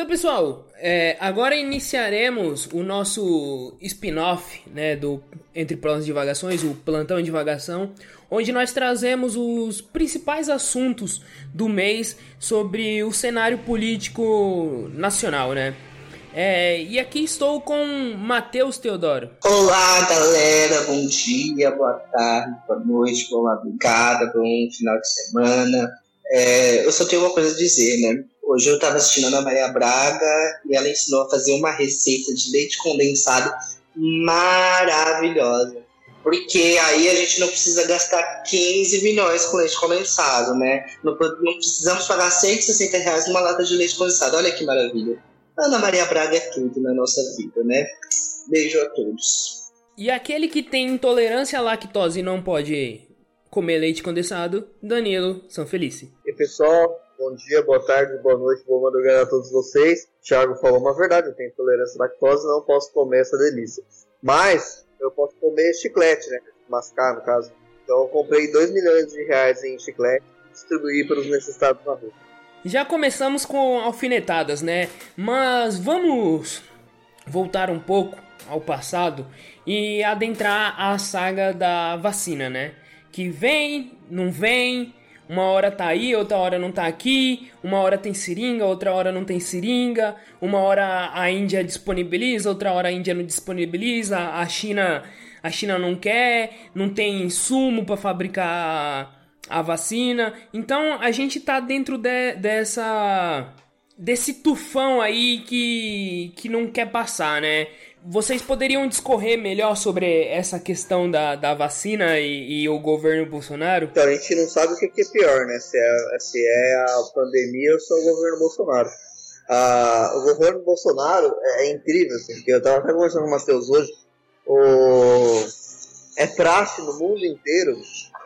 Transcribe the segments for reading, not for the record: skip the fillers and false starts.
pessoal, agora iniciaremos o nosso spin-off, né, do Entre Prolas e Divagações, o Plantão de Divagação, onde nós trazemos os principais assuntos do mês sobre o cenário político nacional, né? E aqui estou com Matheus Teodoro. Olá, galera, bom dia, boa tarde, boa noite, boa madrugada, bom final de semana. Eu só tenho uma coisa a dizer, né? Hoje eu estava assistindo a Ana Maria Braga e ela ensinou a fazer uma receita de leite condensado maravilhosa. Porque aí a gente não precisa gastar 15 milhões com leite condensado, né? Não precisamos pagar R$160 numa lata de leite condensado. Olha que maravilha. Ana Maria Braga é tudo na nossa vida, né? Beijo a todos. E aquele que tem intolerância à lactose e não pode comer leite condensado, Danilo Sanfelice. E pessoal, bom dia, boa tarde, boa noite, boa madrugada a todos vocês. Thiago falou uma verdade, eu tenho intolerância à lactose, não posso comer essa delícia. Mas eu posso comer chiclete, né? Mascar, no caso. Então eu comprei R$2 milhões em chiclete e distribuí para os necessitados na rua. Já começamos com alfinetadas, né? Mas vamos voltar um pouco ao passado e adentrar a saga da vacina, né? Que vem, não vem, uma hora tá aí, outra hora não tá aqui, uma hora tem seringa, outra hora não tem seringa, uma hora a Índia disponibiliza, outra hora a Índia não disponibiliza, a China não quer, não tem insumo para fabricar a vacina. Então a gente tá dentro desse tufão aí que não quer passar, né? Vocês poderiam discorrer melhor sobre essa questão da vacina e o governo Bolsonaro? Então, a gente não sabe o que é pior, né? Se é a pandemia ou se é o governo Bolsonaro. O governo Bolsonaro é incrível, assim, porque eu estava até conversando com o Matheus hoje. É praxe no mundo inteiro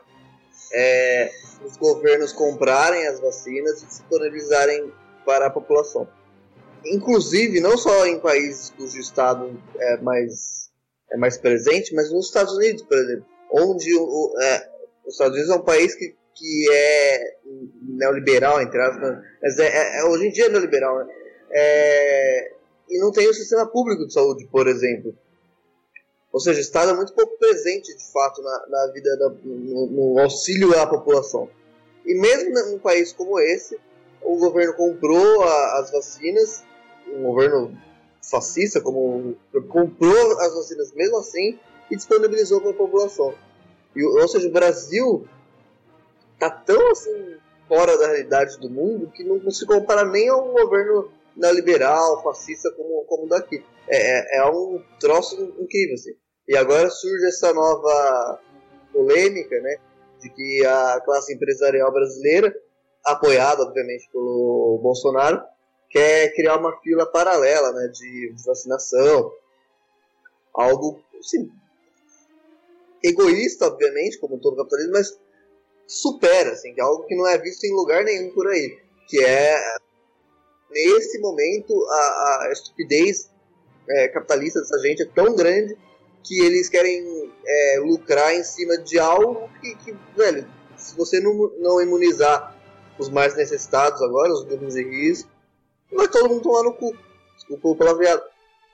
os governos comprarem as vacinas e disponibilizarem para a população. Inclusive, não só em países cujo Estado é mais presente, mas nos Estados Unidos, por exemplo, onde os Estados Unidos é um país que é neoliberal, entre aspas, mas hoje em dia é neoliberal, né? E não tem o sistema público de saúde, por exemplo. Ou seja, o Estado é muito pouco presente, de fato, na vida, no auxílio à população. E mesmo num país como esse, o governo comprou as vacinas, um governo fascista comprou as vacinas mesmo assim e disponibilizou para a população. Ou seja, o Brasil está tão assim fora da realidade do mundo que não se compara nem a um governo neoliberal, fascista como daqui. É um troço incrível, assim. E agora surge essa nova polêmica, né, de que a classe empresarial brasileira, apoiada, obviamente, pelo Bolsonaro, quer criar uma fila paralela, né, de vacinação. Algo, assim, egoísta, obviamente, como todo capitalismo, mas supera, assim, que é algo que não é visto em lugar nenhum por aí. Que é, nesse momento, a estupidez capitalista dessa gente é tão grande que eles querem lucrar em cima de algo que velho, se você não imunizar os mais necessitados agora, os grupos de risco, vai todo mundo tomar no cu. Desculpa o palavreado.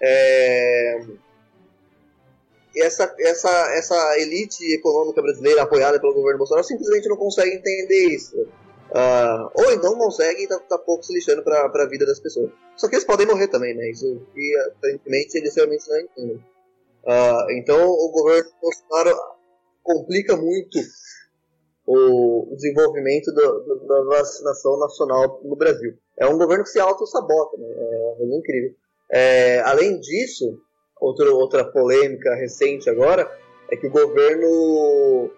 E essa elite econômica brasileira apoiada pelo governo Bolsonaro simplesmente não consegue entender isso. Ou então consegue e tá pouco se lixando para a vida das pessoas. Só que eles podem morrer também, né? Isso que aparentemente eles realmente não entendem. Então o governo Bolsonaro complica muito o desenvolvimento da vacinação nacional no Brasil. É um governo que se auto-sabota, né? É uma coisa incrível. Além disso, outra polêmica recente agora é que o governo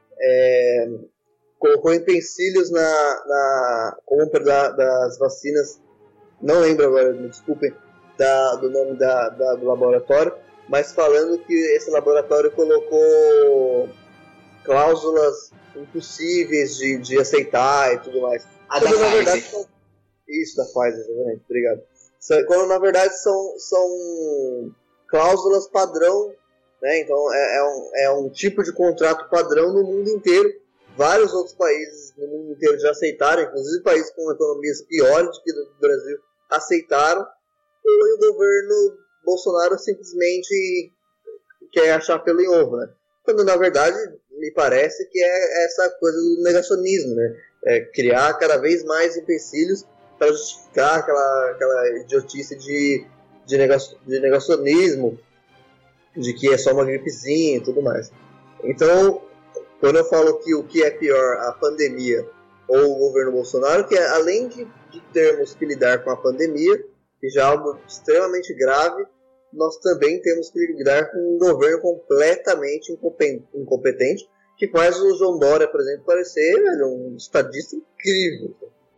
colocou empecilhos na compra das vacinas, não lembro agora, me desculpem, do nome do laboratório, mas falando que esse laboratório colocou cláusulas impossíveis de aceitar e tudo mais. Da Pfizer. Isso, da Pfizer, exatamente, obrigado. Quando na verdade são cláusulas padrão, né? Então é um tipo de contrato padrão no mundo inteiro. Vários outros países no mundo inteiro já aceitaram, inclusive países com economias piores do que do Brasil aceitaram, e o governo Bolsonaro simplesmente quer achar pelo em ovo, né? Quando, na verdade, me parece que é essa coisa do negacionismo, né? É criar cada vez mais empecilhos para justificar aquela idiotice de negacionismo, de que é só uma gripezinha e tudo mais. Então, quando eu falo que o que é pior, a pandemia ou o governo Bolsonaro, que além de termos que lidar com a pandemia, que já é algo extremamente grave, nós também temos que lidar com um governo completamente incompetente, que faz o João Dória, por exemplo, parecer um estadista incrível.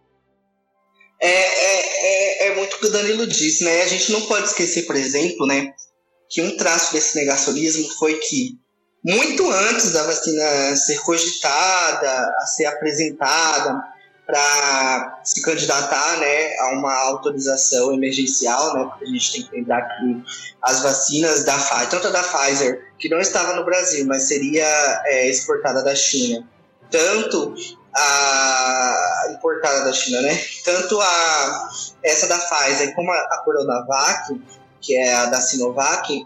É muito o que o Danilo disse, né? A gente não pode esquecer, por exemplo, né, que um traço desse negacionismo foi que, muito antes da vacina ser cogitada, a ser apresentada para se candidatar, né, a uma autorização emergencial, né, porque a gente tem que lembrar que as vacinas da Pfizer, tanto a da Pfizer, que não estava no Brasil, mas seria exportada da China, tanto a importada da China, né, tanto essa da Pfizer como a Coronavac, que é a da Sinovac,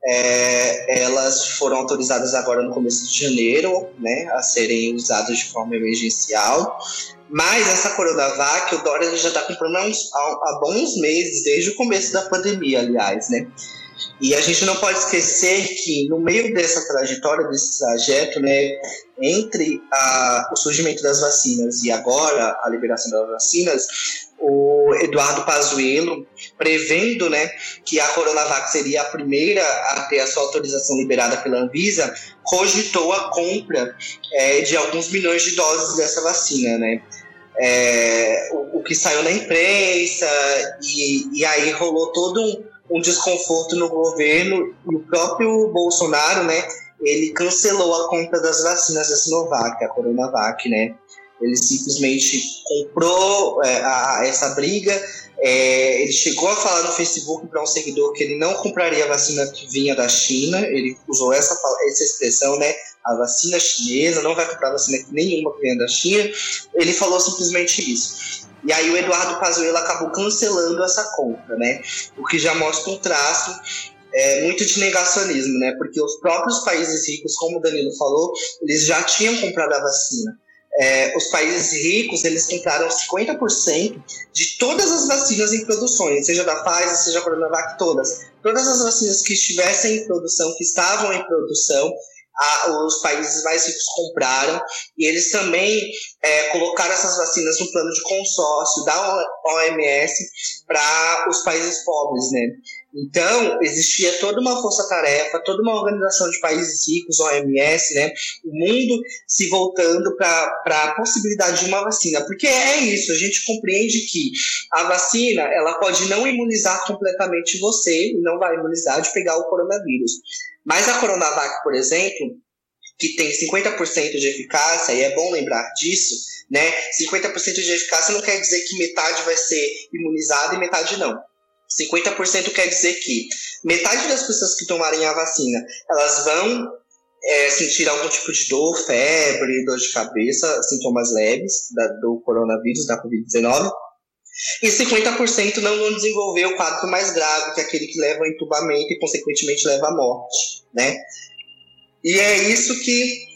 elas foram autorizadas agora no começo de janeiro, né, a serem usadas de forma emergencial. Mas essa Coronavac, o Dória já está comprando há bons meses, desde o começo da pandemia, aliás, né? E a gente não pode esquecer que no meio dessa trajetória, desse trajeto, né, entre o surgimento das vacinas e agora a liberação das vacinas, o Eduardo Pazuello, prevendo, né, que a Coronavac seria a primeira a ter a sua autorização liberada pela Anvisa, cogitou a compra de alguns milhões de doses dessa vacina, né? O que saiu na imprensa, e aí rolou todo um desconforto no governo, e o próprio Bolsonaro, né, ele cancelou a compra das vacinas da Sinovac, a Coronavac, né? Ele simplesmente comprou essa briga. Ele chegou a falar no Facebook para um seguidor que ele não compraria a vacina que vinha da China. Ele usou essa expressão, né? A vacina chinesa, não vai comprar vacina nenhuma que venha da China. Ele falou simplesmente isso. E aí o Eduardo Pazuello acabou cancelando essa compra, né? O que já mostra um traço muito de negacionismo, né? Porque os próprios países ricos, como o Danilo falou, eles já tinham comprado a vacina. Os países ricos, eles compraram 50% de todas as vacinas em produções, seja da Pfizer, seja da Coronavac, todas as vacinas que estivessem em produção, que estavam em produção, os países mais ricos compraram, e eles também colocaram essas vacinas no plano de consórcio da OMS para os países pobres, né? Então, existia toda uma força-tarefa, toda uma organização de países ricos, OMS, né? O mundo se voltando para a possibilidade de uma vacina. Porque é isso, a gente compreende que a vacina, ela pode não imunizar completamente você, e não vai imunizar de pegar o coronavírus. Mas a Coronavac, por exemplo, que tem 50% de eficácia, e é bom lembrar disso, né? 50% de eficácia não quer dizer que metade vai ser imunizada e metade não. 50% quer dizer que metade das pessoas que tomarem a vacina, elas vão sentir algum tipo de dor, febre, dor de cabeça, sintomas leves do coronavírus, da Covid-19, e 50% não vão desenvolver o quadro mais grave, que é aquele que leva ao entubamento e, consequentemente, leva à morte, né? E é isso que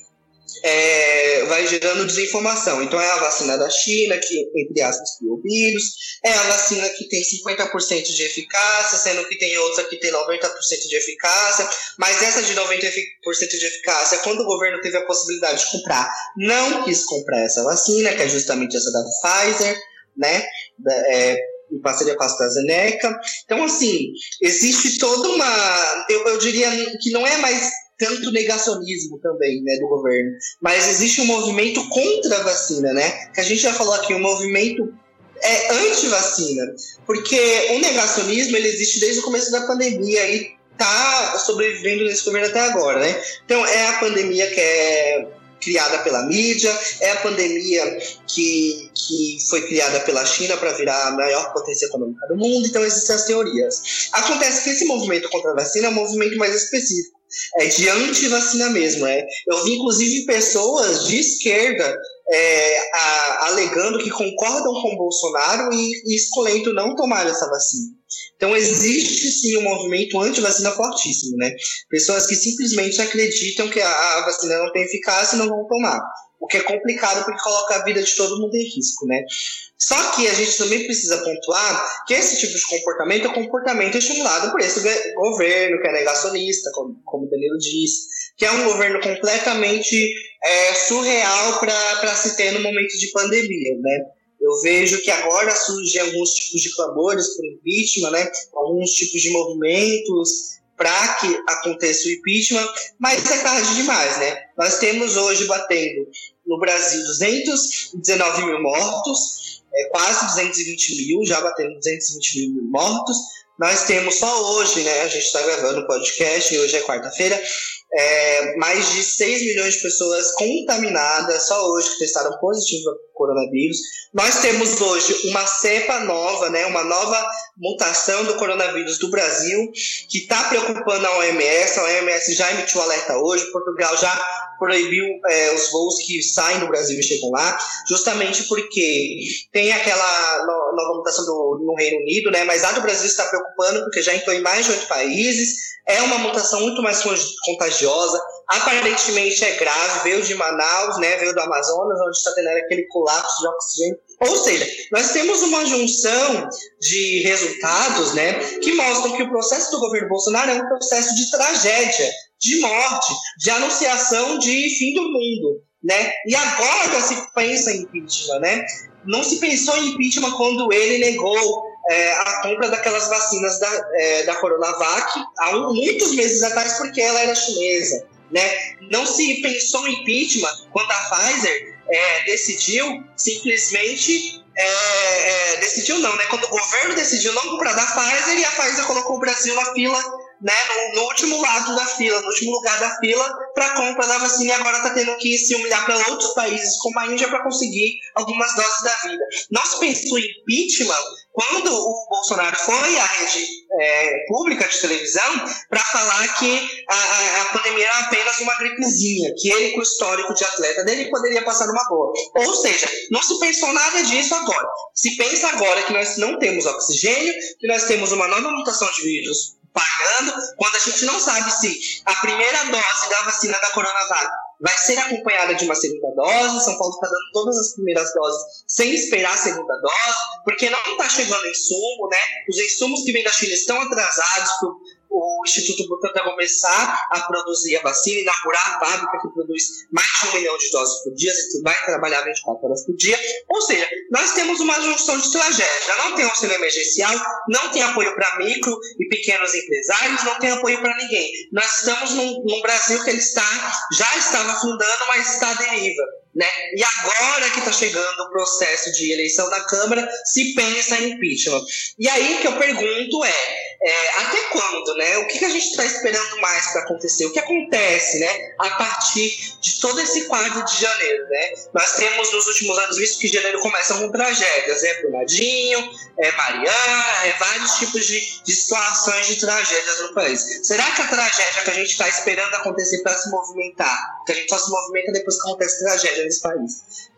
vai gerando desinformação. Então é a vacina da China, que, entre aspas, criou o vírus, é a vacina que tem 50% de eficácia, sendo que tem outra que tem 90% de eficácia, mas essa de 90% de eficácia, quando o governo teve a possibilidade de comprar, não quis comprar essa vacina, que é justamente essa da Pfizer, né, em parceria com a AstraZeneca. Então, assim, existe toda uma... Eu diria que não é mais tanto negacionismo também, né, do governo, mas existe um movimento contra a vacina, né, que a gente já falou aqui, um movimento anti-vacina, porque o negacionismo, ele existe desde o começo da pandemia e tá sobrevivendo nesse governo até agora, né. Então, é a pandemia que é criada pela mídia, é a pandemia que foi criada pela China para virar a maior potência econômica do mundo. Então existem as teorias. Acontece que esse movimento contra a vacina é um movimento mais específico, de anti-vacina mesmo, né? Eu vi inclusive pessoas de esquerda alegando que concordam com o Bolsonaro e escolhendo não tomar essa vacina. Então existe sim um movimento anti-vacina fortíssimo, né? Pessoas que simplesmente acreditam que a vacina não tem eficácia e não vão tomar. O que é complicado porque coloca a vida de todo mundo em risco, né? Só que a gente também precisa pontuar que esse tipo de comportamento é comportamento estimulado por esse governo que é negacionista, como o Danilo disse, que é um governo completamente surreal para se ter no momento de pandemia, né? Eu vejo que agora surgem alguns tipos de clamores por impeachment, né? Alguns tipos de movimentos para que aconteça o impeachment, mas é tarde demais, né? Nós temos hoje batendo no Brasil 219 mil mortos, quase 220 mil, já batendo 220 mil mortos. Nós temos só hoje, né? A gente está gravando o podcast e hoje é quarta-feira, mais de 6 milhões de pessoas contaminadas só hoje que testaram positivo ao coronavírus. Nós temos hoje uma cepa nova, né, uma nova mutação do coronavírus do Brasil, que está preocupando a OMS. A OMS já emitiu alerta hoje. Portugal já proibiu os voos que saem do Brasil e chegam lá, justamente porque tem aquela nova mutação no Reino Unido, né, mas a do Brasil está preocupando porque já entrou em mais de 8 países. É uma mutação muito mais contagiosa, aparentemente é grave, veio de Manaus, né, veio do Amazonas, onde está tendo aquele colapso de oxigênio. Ou seja, nós temos uma junção de resultados, né, que mostram que o processo do governo Bolsonaro é um processo de tragédia, de morte, de anunciação de fim do mundo, né? E agora se pensa em impeachment, né? Não se pensou em impeachment quando ele negou a compra daquelas vacinas da Coronavac há muitos meses atrás, porque ela era chinesa, né? Não se pensou em impeachment quando a Pfizer decidiu simplesmente decidiu não, né? Quando o governo decidiu não comprar da Pfizer e a Pfizer colocou o Brasil na fila, né? No último lado da fila, no último lugar da fila para compra da vacina, e agora está tendo que se humilhar para outros países como a Índia para conseguir algumas doses da vida. Não se pensou em impeachment quando o Bolsonaro foi à rede pública de televisão para falar que a pandemia era apenas uma gripezinha, que ele, com o histórico de atleta dele, poderia passar numa boa. Ou seja, não se pensou nada disso agora. Se pensa agora que nós não temos oxigênio, que nós temos uma nova mutação de vírus pagando, quando a gente não sabe se a primeira dose da vacina da Coronavac vai ser acompanhada de uma segunda dose. São Paulo está dando todas as primeiras doses sem esperar a segunda dose, porque não está chegando insumo, né? Os insumos que vêm da China estão atrasados. O Instituto Butantan começar a produzir a vacina, inaugurar a fábrica que produz mais de 1 milhão de doses por dia, que vai trabalhar 24 horas por dia. Ou seja, nós temos uma junção de tragédia. Não tem auxílio emergencial, não tem apoio para micro e pequenos empresários, não tem apoio para ninguém. Nós estamos num Brasil que já estava afundando, mas está à deriva, né? E agora que está chegando o processo de eleição da Câmara, se pensa em impeachment. E aí que eu pergunto até quando, né? O que a gente está esperando mais para acontecer? O que acontece, né, a partir de todo esse quadro de janeiro, né? Nós temos nos últimos anos visto que janeiro começa com tragédias, Brumadinho, Mariana, vários tipos de situações de tragédias no país. Será que a tragédia que a gente está esperando acontecer para se movimentar, que a gente só se movimenta depois que acontece tragédia nesse país,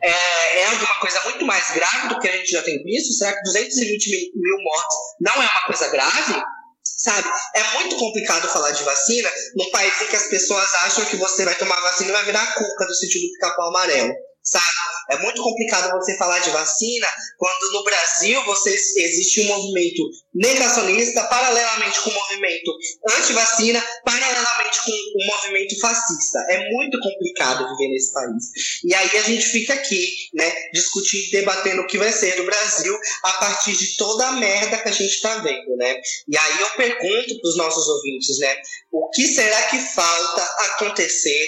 é alguma coisa muito mais grave do que a gente já tem visto? Será que 220 mil mortes não é uma coisa grave? Sabe? É muito complicado falar de vacina num país em que as pessoas acham que você vai tomar vacina e vai virar a cuca do sentido do pica-pau amarelo, sabe? É muito complicado você falar de vacina quando no Brasil existe um movimento negacionista paralelamente com o movimento anti-vacina, paralelamente com o movimento fascista. É muito complicado viver nesse país. E aí a gente fica aqui, né, discutindo, debatendo o que vai ser do Brasil a partir de toda a merda que a gente está vendo, né? E aí eu pergunto para os nossos ouvintes, né, o que será que falta acontecer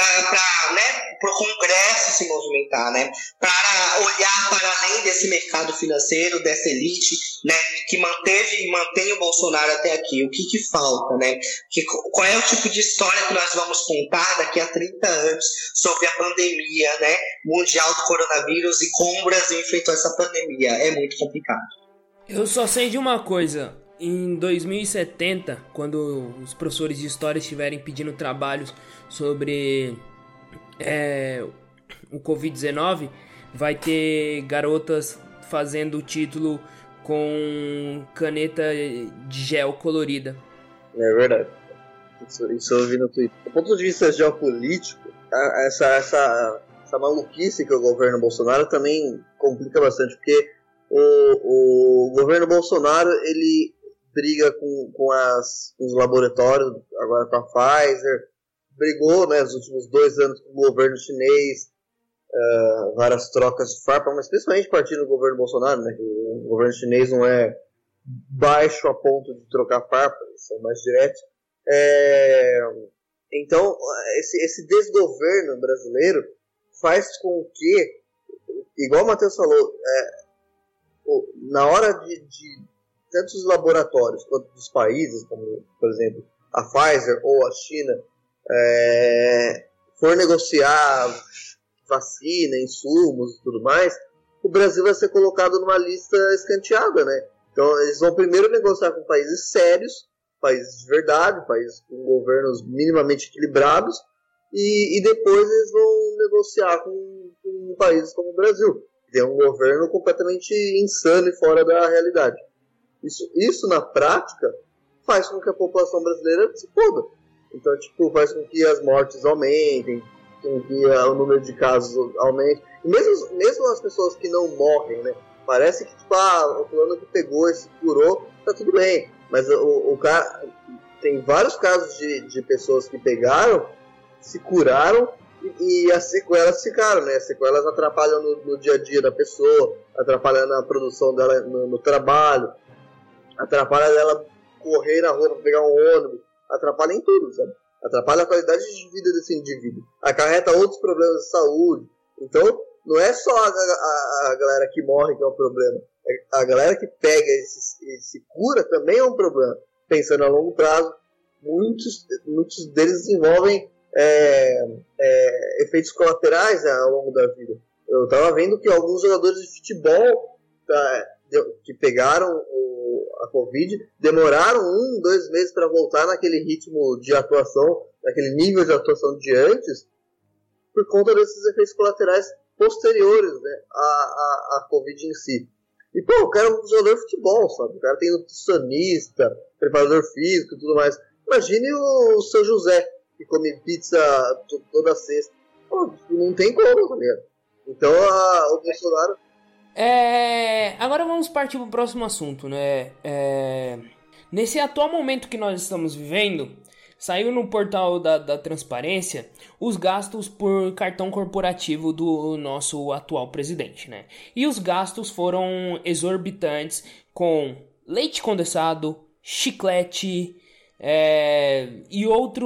para o Congresso se movimentar, né? Para olhar para além desse mercado financeiro, dessa elite, né, que manteve e mantém o Bolsonaro até aqui. O que falta, né? Qual é o tipo de história que nós vamos contar daqui a 30 anos sobre a pandemia, né, mundial do coronavírus e como o Brasil enfrentou essa pandemia? É muito complicado. Eu só sei de uma coisa. Em 2070, quando os professores de história estiverem pedindo trabalhos sobre o Covid-19, vai ter garotas fazendo o título com caneta de gel colorida. É verdade. Isso eu vi no Twitter. Do ponto de vista geopolítico, essa maluquice que o governo Bolsonaro também complica bastante, porque o governo Bolsonaro, ele briga com os laboratórios, agora com a Pfizer, brigou, né, nos últimos 2 anos com o governo chinês, várias trocas de farpa, mas principalmente partindo do governo Bolsonaro, né, que o governo chinês não é baixo a ponto de trocar farpa, eles são mais diretos. Então, esse desgoverno brasileiro faz com que, igual o Matheus falou, na hora de tanto os laboratórios quanto dos países, como, por exemplo, a Pfizer ou a China, for negociar vacina, insumos e tudo mais, o Brasil vai ser colocado numa lista escanteada, né? Então, eles vão primeiro negociar com países sérios, países de verdade, países com governos minimamente equilibrados, e depois eles vão negociar com países como o Brasil, que tem um governo completamente insano e fora da realidade. Isso na prática, faz com que a população brasileira se foda. Então, faz com que as mortes aumentem, com que o número de casos aumente. E mesmo as pessoas que não morrem, né? Parece que, o fulano que pegou e se curou, tá tudo bem. Mas o cara... Tem vários casos de pessoas que pegaram, se curaram e as sequelas ficaram, né? As sequelas atrapalham no dia a dia da pessoa, atrapalham na produção dela no trabalho, atrapalha dela correr na rua para pegar um ônibus, atrapalha em tudo, sabe? Atrapalha a qualidade de vida desse indivíduo, acarreta outros problemas de saúde. Então, não é só a galera que morre que é um problema, a galera que pega e se cura também é um problema. Pensando a longo prazo, muitos deles desenvolvem efeitos colaterais ao longo da vida. Eu estava vendo que alguns jogadores de futebol que pegaram a Covid demoraram 1-2 meses para voltar naquele ritmo de atuação, naquele nível de atuação de antes, por conta desses efeitos colaterais posteriores, né, à Covid em si. E, o cara é um jogador de futebol, sabe? O cara tem nutricionista, preparador físico e tudo mais. Imagine o seu José, que come pizza toda sexta. Não tem como, tá ligado? Então, o Bolsonaro... Agora vamos partir para o próximo assunto, né? Nesse atual momento que nós estamos vivendo, saiu no portal da Transparência os gastos por cartão corporativo do nosso atual presidente, né? E os gastos foram exorbitantes com leite condensado, chiclete e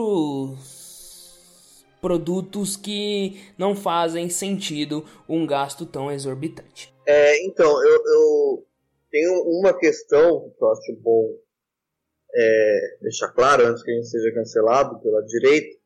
outros produtos que não fazem sentido um gasto tão exorbitante. Então, eu tenho uma questão que eu acho bom deixar claro antes que a gente seja cancelado pela direita,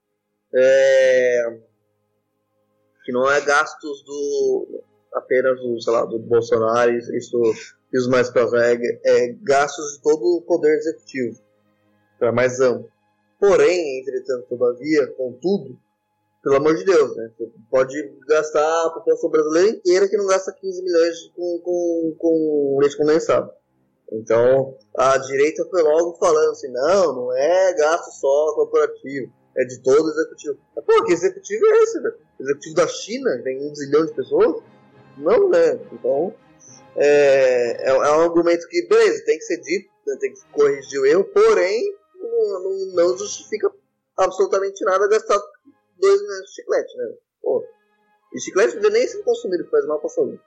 que não é gastos apenas do Bolsonaro e os mais próximos, é gastos de todo o poder executivo, para mais amplo. Porém, entretanto, todavia, contudo, pelo amor de Deus, né? Você pode gastar a população brasileira inteira que não gasta 15 milhões com leite condensado. Então, a direita foi logo falando assim, não é gasto só corporativo, é de todo o executivo. Mas, que executivo é esse, velho? Executivo da China, que tem 1 zilhão de pessoas? Não, né? Então, é um argumento que, beleza, tem que ser dito, né? Tem que corrigir o erro, porém, não justifica absolutamente nada gastar 2 milhões de chiclete, né? E chiclete não é nem ser consumido, que faz mal pra saúde.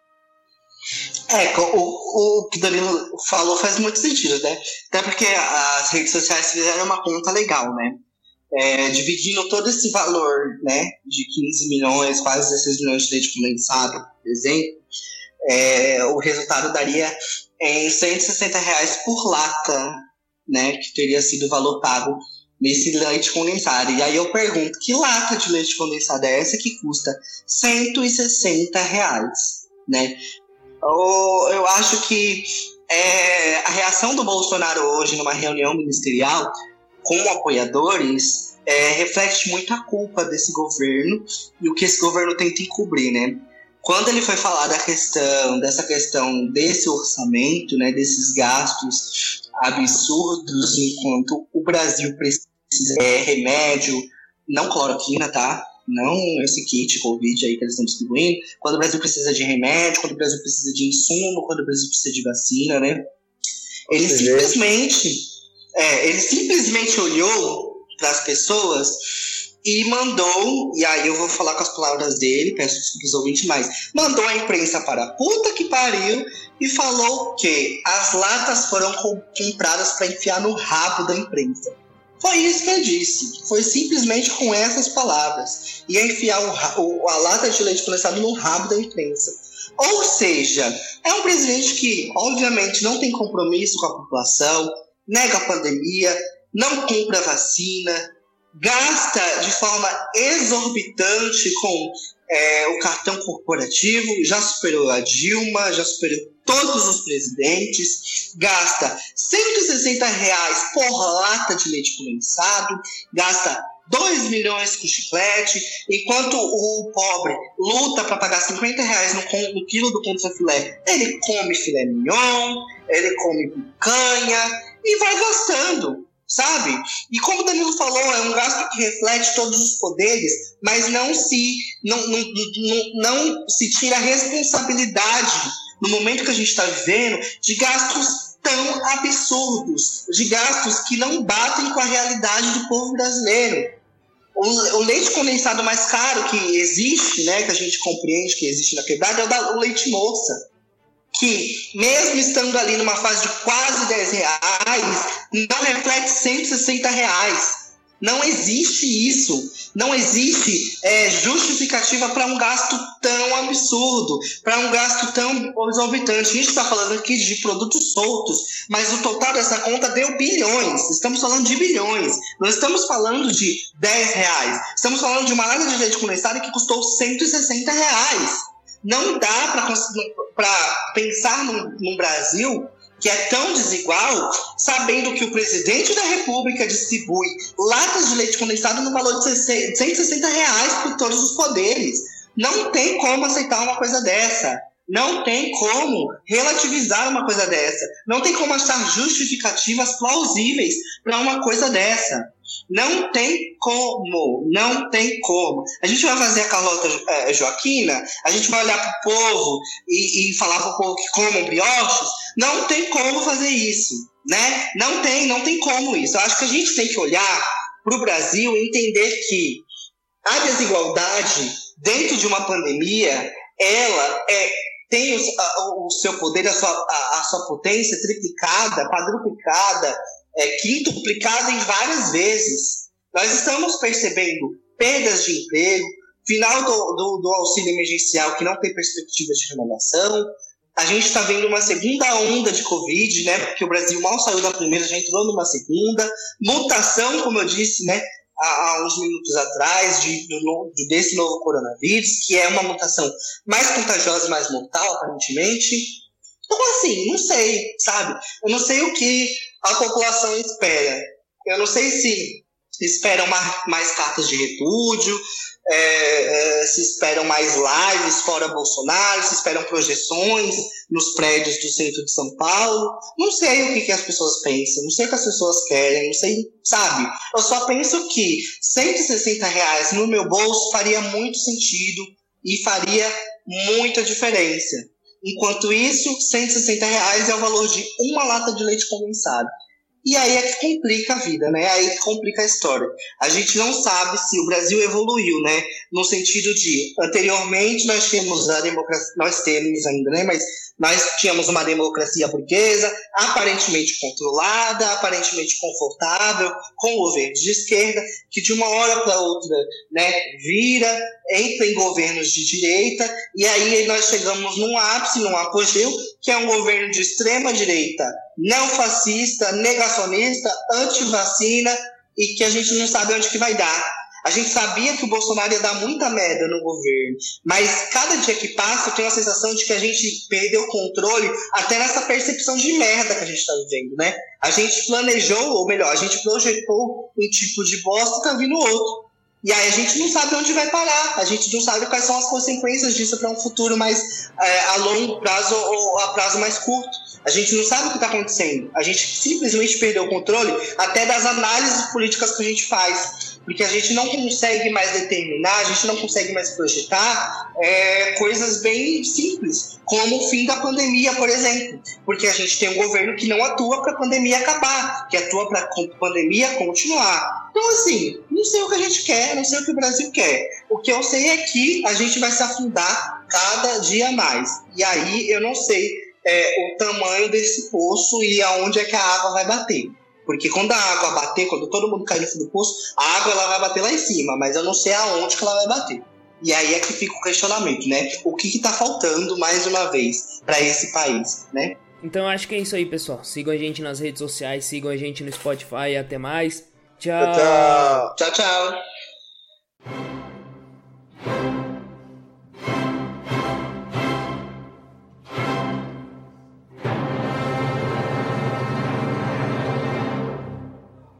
O que o Danilo falou faz muito sentido, né? Até porque as redes sociais fizeram uma conta legal, né? Dividindo todo esse valor, né, de 15 milhões, quase 16 milhões de leite condensado, por exemplo, o resultado daria em R$160 por lata, né, que teria sido o valor pago nesse leite condensado. E aí eu pergunto, que lata de leite condensado é essa que custa R$160, né? Eu acho que a reação do Bolsonaro hoje numa reunião ministerial com apoiadores reflete muito a culpa desse governo e o que esse governo tenta encobrir, né? Quando ele foi falar dessa questão desse orçamento, né, desses gastos absurdos, enquanto o Brasil precisa de remédio, não cloroquina, tá? Não esse kit Covid aí que eles estão distribuindo. Quando o Brasil precisa de remédio, quando o Brasil precisa de insumo, quando o Brasil precisa de vacina, né? Ele simplesmente olhou para as pessoas e mandou, e aí eu vou falar com as palavras dele, peço desculpas aos ouvintes, mas mandou a imprensa para a puta que pariu e falou que as latas foram compradas para enfiar no rabo da imprensa. Foi isso que ele disse, foi simplesmente com essas palavras, ia enfiar a lata de leite condensado no rabo da imprensa. Ou seja, é um presidente que obviamente não tem compromisso com a população, nega a pandemia, não compra vacina, gasta de forma exorbitante com o cartão corporativo, já superou a Dilma, já superou todos os presidentes, gasta R$160 por lata de leite condensado, gasta 2 milhões com chiclete, enquanto o pobre luta para pagar R$50 no quilo do contrafilé, ele come filé mignon, ele come picanha e vai gastando. Sabe? E como o Danilo falou, é um gasto que reflete todos os poderes, mas não se tira a responsabilidade, no momento que a gente está vivendo, de gastos tão absurdos, de gastos que não batem com a realidade do povo brasileiro. O leite condensado mais caro que existe, né, que a gente compreende que existe na quebrada, é o leite moça, que mesmo estando ali numa fase de quase R$10, não reflete R$160. Não existe isso. Não existe justificativa para um gasto tão absurdo, para um gasto tão exorbitante. A gente está falando aqui de produtos soltos, mas o total dessa conta deu bilhões. Estamos falando de bilhões. Não estamos falando de R$10. Estamos falando de uma lata de leite condensado que custou R$160. Não dá para pensar num Brasil que é tão desigual, sabendo que o presidente da República distribui latas de leite condensado no valor de R$160 por todos os poderes. Não tem como aceitar uma coisa dessa. Não tem como relativizar uma coisa dessa. Não tem como achar justificativas plausíveis para uma coisa dessa. Não tem como. Não tem como. A gente vai fazer a Carlota Joaquina, a gente vai olhar para o povo e falar para o povo que comam brioches. Não tem como fazer isso, né? Não tem como isso. Eu acho que a gente tem que olhar para o Brasil e entender que a desigualdade dentro de uma pandemia, ela tem o seu poder, a sua potência triplicada, quadruplicada, quintuplicada em várias vezes. Nós estamos percebendo perdas de emprego, final do auxílio emergencial que não tem perspectiva de renovação. A gente está vendo uma segunda onda de Covid, né? Porque o Brasil mal saiu da primeira, já entrou numa segunda. Mutação, como eu disse, né? Há uns minutos atrás, desse novo coronavírus, que é uma mutação mais contagiosa e mais mortal, aparentemente. Então, assim, não sei, sabe? Eu não sei o que a população espera. Eu não sei se esperam mais cartas de repúdio, se esperam mais lives fora Bolsonaro, se esperam projeções nos prédios do centro de São Paulo. Não sei o que as pessoas pensam, não sei o que as pessoas querem, não sei, sabe? Eu só penso que R$160 no meu bolso faria muito sentido e faria muita diferença. Enquanto isso, R$160 é o valor de uma lata de leite condensado. E aí é que complica a vida, né? Aí que complica a história. A gente não sabe se o Brasil evoluiu, né? No sentido de, anteriormente nós temos a democracia, nós temos ainda, né? Mas nós tínhamos uma democracia burguesa, aparentemente controlada, aparentemente confortável, com governos de esquerda, que de uma hora para outra, né, entra em governos de direita, e aí nós chegamos num ápice, num apogeu, que é um governo de extrema direita, neofascista, negacionista, antivacina, e que a gente não sabe onde que vai dar. A gente sabia que o Bolsonaro ia dar muita merda no governo, mas cada dia que passa eu tenho a sensação de que a gente perdeu o controle até nessa percepção de merda que a gente está vivendo, né? A gente planejou, ou melhor, a gente projetou um tipo de bosta e tá vindo outro. E aí a gente não sabe onde vai parar, a gente não sabe quais são as consequências disso para um futuro mais a longo prazo ou a prazo mais curto. A gente não sabe o que está acontecendo. A gente simplesmente perdeu o controle até das análises políticas que a gente faz. Porque a gente não consegue mais determinar, a gente não consegue mais projetar coisas bem simples, como o fim da pandemia, por exemplo. Porque a gente tem um governo que não atua para a pandemia acabar, que atua para a pandemia continuar. Então, assim, não sei o que a gente quer, não sei o que o Brasil quer. O que eu sei é que a gente vai se afundar cada dia mais. E aí eu não sei o tamanho desse poço e aonde é que a água vai bater. Porque quando a água bater, quando todo mundo cair no fundo do poço, a água ela vai bater lá em cima, mas eu não sei aonde que ela vai bater. E aí é que fica o questionamento, né? O que está faltando, mais uma vez, para esse país, né? Então acho que é isso aí, pessoal. Sigam a gente nas redes sociais, sigam a gente no Spotify e até mais. Tchau. Tchau. Tchau, tchau.